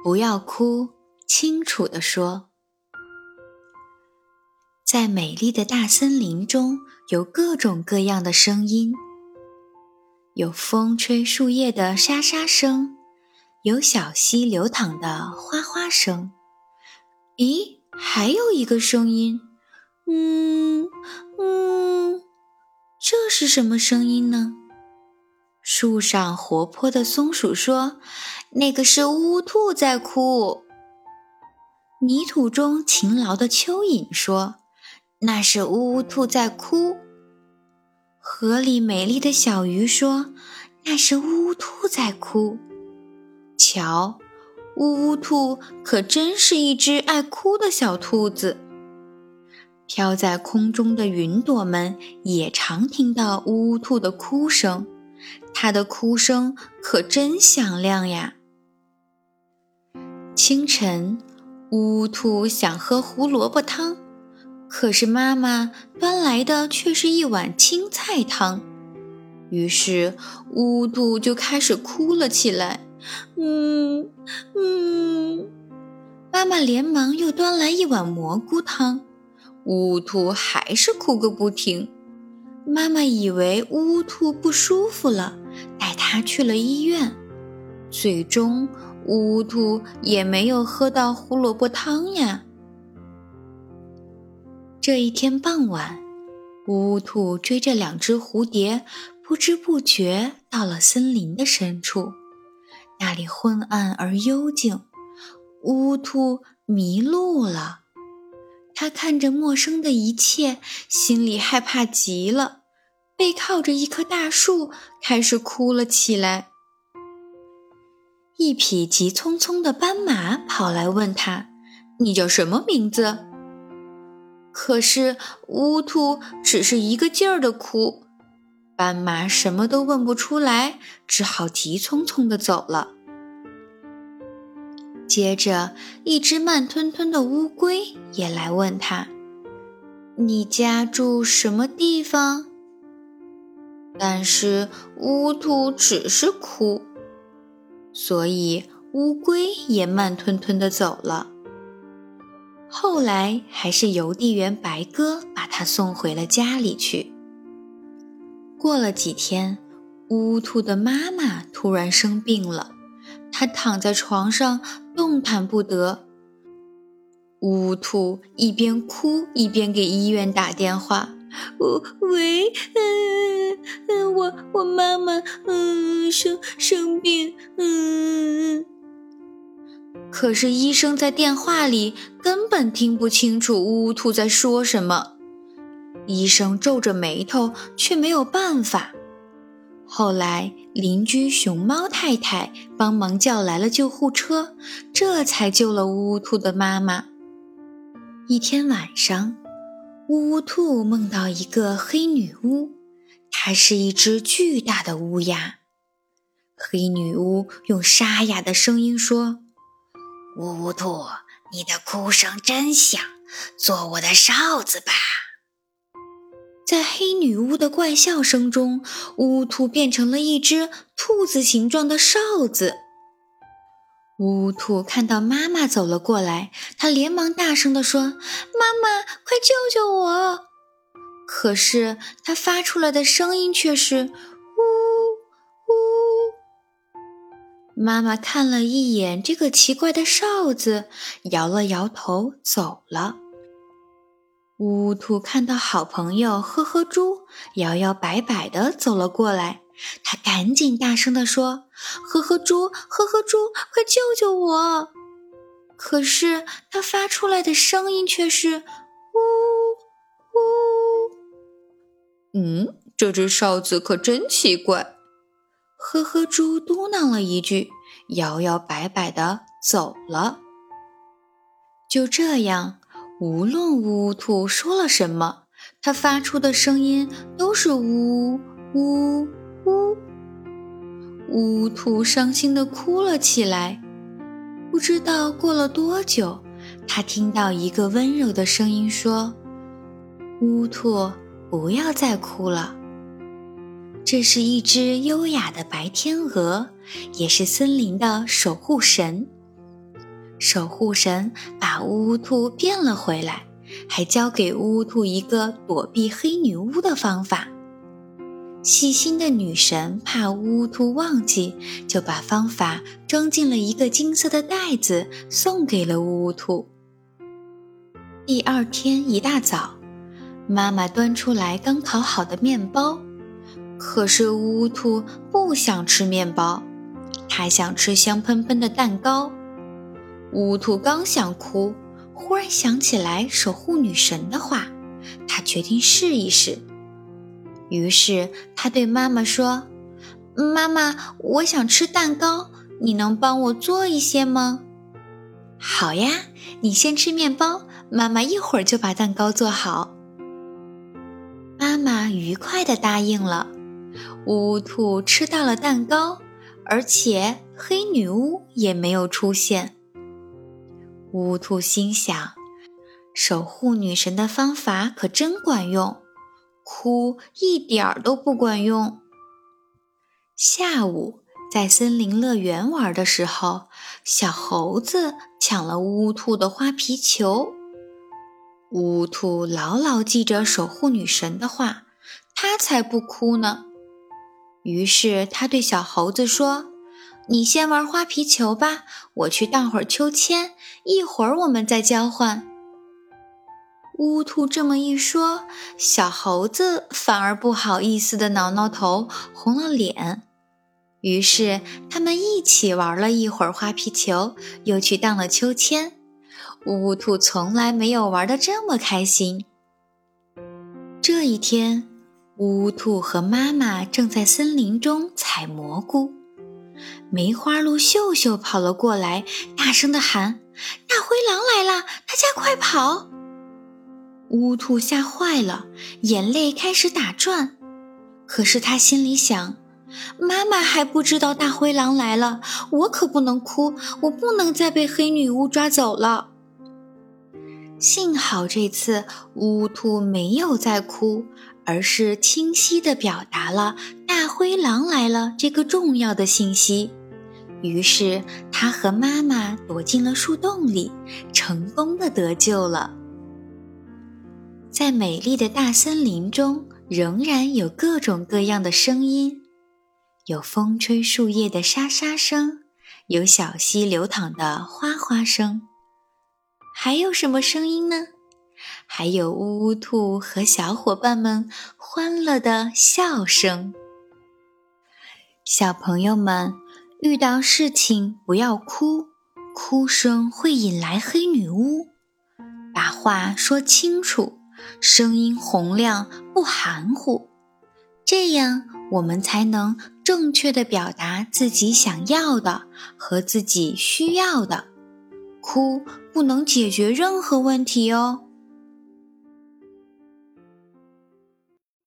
不要哭，清楚地说。在美丽的大森林中，有各种各样的声音，有风吹树叶的沙沙声，有小溪流淌的哗哗声。咦，还有一个声音，这是什么声音呢？树上活泼的松鼠说，那个是呜呜兔在哭。泥土中勤劳的蚯蚓说，那是呜呜兔在哭。河里美丽的小鱼说，那是呜呜兔在哭。瞧，呜呜兔可真是一只爱哭的小兔子。飘在空中的云朵们也常听到呜呜兔的哭声，它的哭声可真响亮呀。清晨，呜呜兔想喝胡萝卜汤，可是妈妈端来的却是一碗青菜汤。于是呜呜兔就开始哭了起来。妈妈连忙又端来一碗蘑菇汤，呜呜兔还是哭个不停。妈妈以为呜呜兔不舒服了，带它去了医院。最终呜呜兔也没有喝到胡萝卜汤呀。这一天傍晚，呜呜兔追着2只蝴蝶，不知不觉到了森林的深处。那里昏暗而幽静，呜呜兔迷路了。他看着陌生的一切，心里害怕极了，背靠着一棵大树，开始哭了起来。一匹急匆匆的斑马跑来问他，你叫什么名字？可是呜呜兔只是一个劲儿地哭，斑马什么都问不出来，只好急匆匆地走了。接着，一只慢吞吞的乌龟也来问他，你家住什么地方？但是乌兔只是哭，所以乌龟也慢吞吞地走了。后来还是邮递员白鸽把它送回了家里去。过了几天，乌兔的妈妈突然生病了，她躺在床上动弹不得。乌兔一边哭一边给医院打电话，喂，我妈妈生病，可是医生在电话里根本听不清楚乌兔在说什么。医生皱着眉头，却没有办法。后来邻居熊猫太太帮忙叫来了救护车，这才救了呜呜兔的妈妈。一天晚上，呜呜兔梦到一个黑女巫，她是一只巨大的乌鸦。黑女巫用沙哑的声音说，呜呜兔，你的哭声真响，做我的哨子吧。在黑女巫的怪笑声中，呜呜兔变成了一只兔子形状的哨子。呜呜兔看到妈妈走了过来，它连忙大声地说，妈妈，快救救我！可是它发出来的声音却是呜呜。妈妈看了一眼这个奇怪的哨子，摇了摇头走了。呜呜兔看到好朋友呵呵猪摇摇摆摆地走了过来，他赶紧大声地说，呵呵猪，呵呵猪，快救救我！可是他发出来的声音却是呜呜。这只哨子可真奇怪。呵呵猪嘟囔了一句，摇摇摆摆地走了。就这样，无论呜呜兔说了什么，它发出的声音都是呜呜呜。呜呜兔伤心地哭了起来。不知道过了多久，它听到一个温柔的声音说，呜呜兔，不要再哭了。这是一只优雅的白天鹅，也是森林的守护神。 守护神把乌乌兔变了回来，还教给乌乌兔一个躲避黑女巫的方法。细心的女神怕乌乌兔忘记，就把方法装进了一个金色的袋子，送给了乌乌兔。第二天一大早，妈妈端出来刚烤好的面包，可是乌乌兔不想吃面包，它想吃香喷喷的蛋糕。乌乌兔刚想哭，忽然想起来守护女神的话，他决定试一试。于是他对妈妈说：妈妈，我想吃蛋糕，你能帮我做一些吗？好呀，你先吃面包，妈妈一会儿就把蛋糕做好。妈妈愉快地答应了。乌乌兔吃到了蛋糕，而且黑女巫也没有出现。乌乌兔心想，守护女神的方法可真管用，哭一点儿都不管用。下午在森林乐园玩的时候，小猴子抢了乌乌兔的花皮球。乌乌兔牢牢记着守护女神的话，它才不哭呢。于是他对小猴子说：你先玩花皮球吧，我去荡会儿秋千，一会儿我们再交换。乌兔这么一说，小猴子反而不好意思地挠挠头，红了脸。于是他们一起玩了一会儿花皮球，又去荡了秋千。乌兔从来没有玩得这么开心。这一天，乌兔和妈妈正在森林中采蘑菇。梅花鹿秀秀跑了过来，大声地喊：大灰狼来了，大家快跑！乌兔吓坏了，眼泪开始打转。可是他心里想，妈妈还不知道大灰狼来了，我可不能哭，我不能再被黑女巫抓走了。幸好这次乌兔没有再哭，而是清晰地表达了大灰狼来了这个重要的信息。于是他和妈妈躲进了树洞里，成功地得救了。在美丽的大森林中，仍然有各种各样的声音，有风吹树叶的沙沙声，有小溪流淌的哗哗声。还有什么声音呢？还有乌乌兔和小伙伴们欢乐的笑声。小朋友们，遇到事情不要哭，哭声会引来黑女巫。把话说清楚，声音洪亮不含糊，这样我们才能正确地表达自己想要的和自己需要的。哭不能解决任何问题哦。